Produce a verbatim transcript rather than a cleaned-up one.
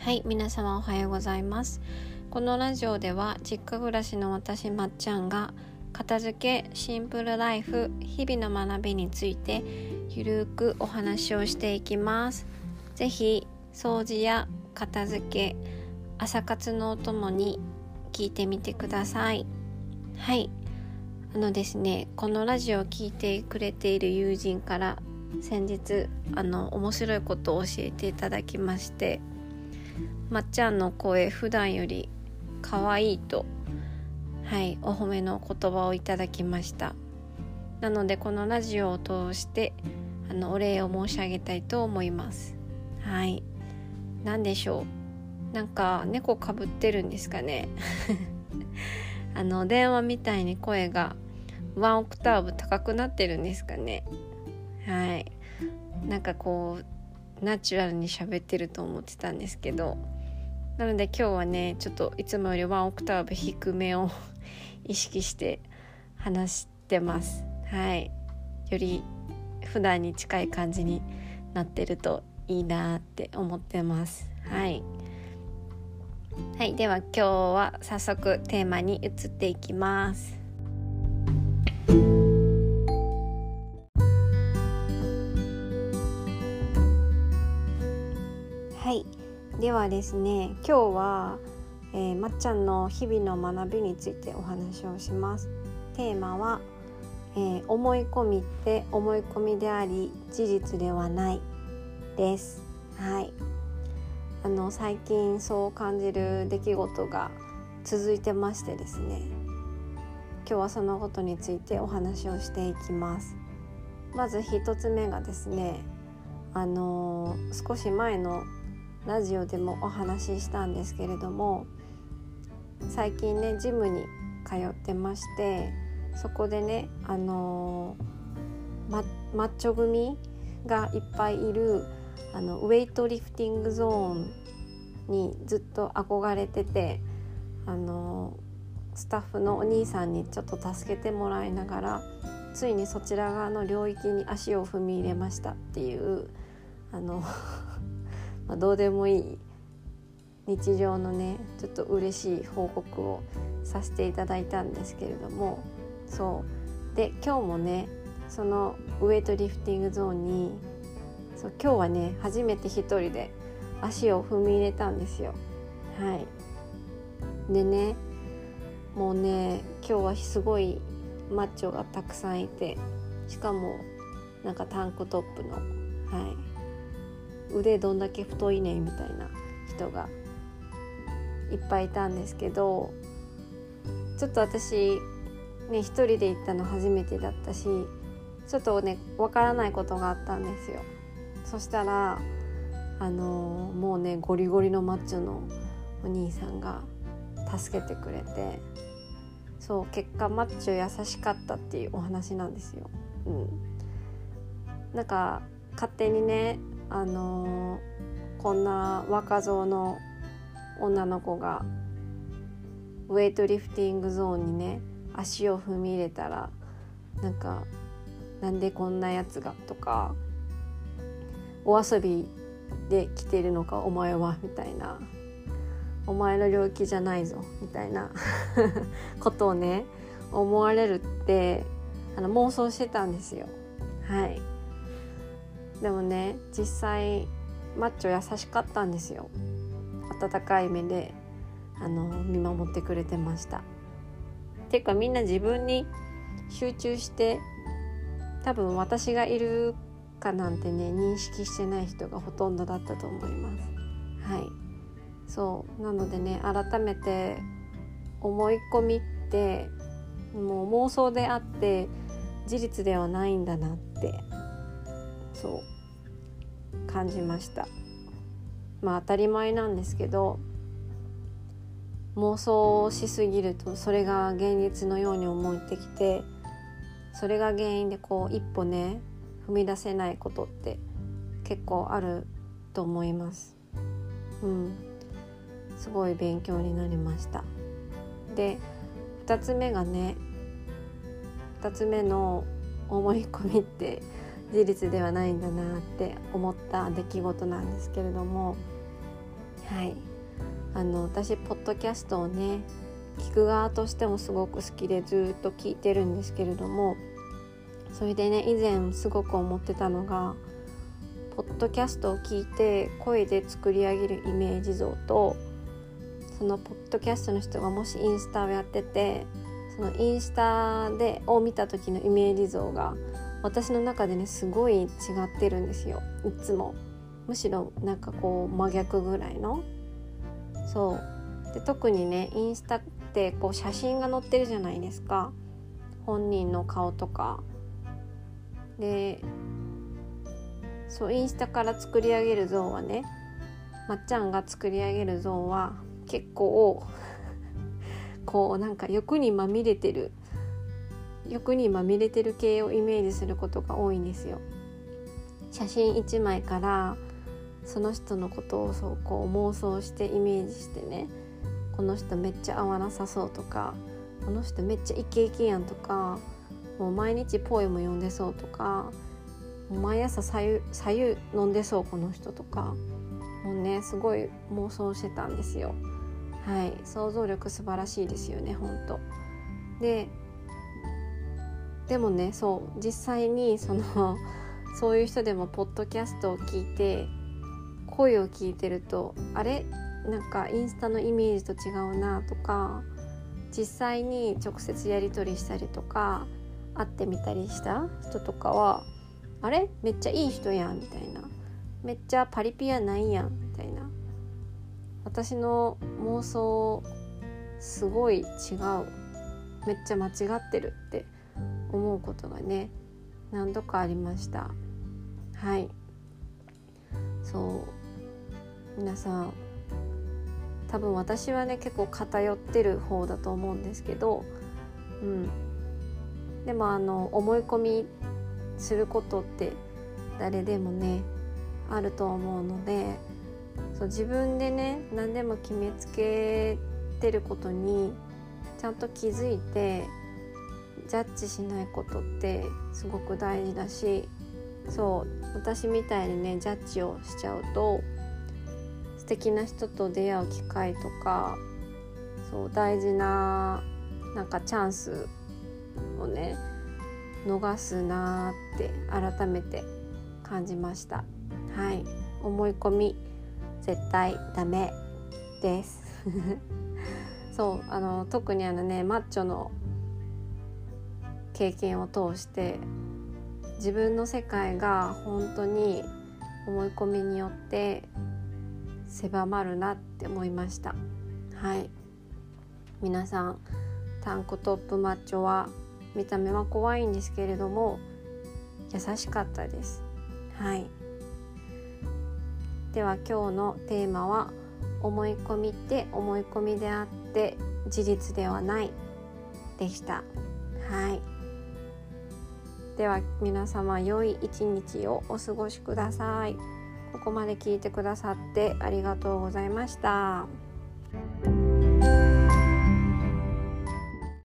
はい、皆様おはようございます。このラジオでは実家暮らしの私まっちゃんが片付け、シンプルライフ、日々の学びについてゆるくお話をしていきます。ぜひ掃除や片付け、朝活のお供に聞いてみてください。はい、あのですね、このラジオを聞いてくれている友人から先日あの面白いことを教えていただきまして、まっちゃんの声普段より可愛いと、はい、お褒めの言葉をいただきました。なのでこのラジオを通してあのお礼を申し上げたいと思います。はい、なんでしょう、なんか猫かぶってるんですかねあの電話みたいに声がワンオクターブ高くなってるんですかね。はい、なんかこうナチュラルに喋ってると思ってたんですけど、なので今日はねちょっといつもよりワンオクターブ低めを意識して話してます。はい、より普段に近い感じになってるといいなって思ってます。はい、はい、では今日は早速テーマに移っていきます。はい、ではですね、今日は、えー、まっちゃんの日々の学びについてお話をします。テーマは、えー、思い込みって思い込みであり事実ではないです。はい、あの最近そう感じる出来事が続いてましてですね、今日はそのことについてお話をしていきます。まず一つ目がですね、あのー、少し前のラジオでもお話ししたんですけれども、最近ねジムに通ってまして、そこでねあのー、マ, マッチョ組がいっぱいいるあのウェイトリフティングゾーンにずっと憧れてて、あのー、スタッフのお兄さんにちょっと助けてもらいながらついにそちら側の領域に足を踏み入れましたっていうあのまあ、どうでもいい日常のねちょっと嬉しい報告をさせていただいたんですけれども、そうで今日もねそのウェイトリフティングゾーンにそう今日はね初めて一人で足を踏み入れたんですよ。はいでねもうね今日はすごいマッチョがたくさんいて、しかもなんかタンクトップのはい腕どんだけ太いねみたいな人がいっぱいいたんですけど、ちょっと私ね一人で行ったの初めてだったし、ちょっとねわからないことがあったんですよ。そしたらあのー、もうねゴリゴリのマッチョのお兄さんが助けてくれて、そう結果マッチョ優しかったっていうお話なんですよ。うん、なんか勝手にねあのー、こんな若造の女の子がウェイトリフティングゾーンにね足を踏み入れたらなんかなんでこんなやつがとか、お遊びで来てるのかお前はみたいな、お前の領域じゃないぞみたいなことをね思われるってあの妄想してたんですよ。はいでもね実際マッチョ優しかったんですよ。温かい目であの見守ってくれてました。ていうかみんな自分に集中して、多分私がいるかなんてね認識してない人がほとんどだったと思います。はいそうなのでね改めて思い込みってもう妄想であって事実ではないんだなってそう感じました。まあ当たり前なんですけど、妄想をしすぎるとそれが現実のように思えてきて、それが原因でこう一歩ね踏み出せないことって結構あると思います。うんすごい勉強になりました。でふたつめがねふたつめの思い込みって事実ではないんだなって思った出来事なんですけれども、 はい、あの私ポッドキャストをね聞く側としてもすごく好きでずっと聞いてるんですけれども、それでね以前すごく思ってたのが、ポッドキャストを聞いて声で作り上げるイメージ像と、そのポッドキャストの人がもしインスタをやってて、そのインスタでを見た時のイメージ像が私の中でねすごい違ってるんですよ。いつもむしろなんかこう真逆ぐらいの。そうで、特にねインスタってこう写真が載ってるじゃないですか、本人の顔とかで。そうインスタから作り上げる像はね、まっちゃんが作り上げる像は結構こうなんか欲にまみれてる欲にまみれてる系をイメージすることが多いんですよ。写真いちまいからその人のことをそうこう妄想してイメージしてね、この人めっちゃ合わなさそうとか、この人めっちゃイケイケやんとか、もう毎日ポエム読んでそうとか、もう毎朝白湯、白湯飲んでそうこの人とか、もうねすごい妄想してたんですよ。はい、想像力素晴らしいですよね本当で。でもね、そう実際にそのそういう人でもポッドキャストを聞いて声を聞いてると、あれなんかインスタのイメージと違うなとか、実際に直接やり取りしたりとか会ってみたりした人とかは、あれめっちゃいい人やんみたいな、めっちゃパリピやないやんみたいな、私の妄想すごい違う、めっちゃ間違ってるって思うことがね何度かありました。はい、そう皆さん多分私はね結構偏ってる方だと思うんですけど、うん、でもあの思い込みすることって誰でもねあると思うので、そう自分でね何でも決めつけてることにちゃんと気づいてジャッジしないことってすごく大事だし、そう私みたいにねジャッジをしちゃうと素敵な人と出会う機会とか、そう大事ななんかチャンスをね逃すなって改めて感じました。はい、思い込み絶対ダメですそうあの特にあのねマッチョの経験を通して自分の世界が本当に思い込みによって狭まるなって思いました。はい、皆さんタンクトップマッチョは見た目は怖いんですけれども優しかったです。はい、では今日のテーマは思い込みって思い込みであって事実ではないでした。はい、では皆様良い一日をお過ごしください。ここまで聞いてくださってありがとうございました。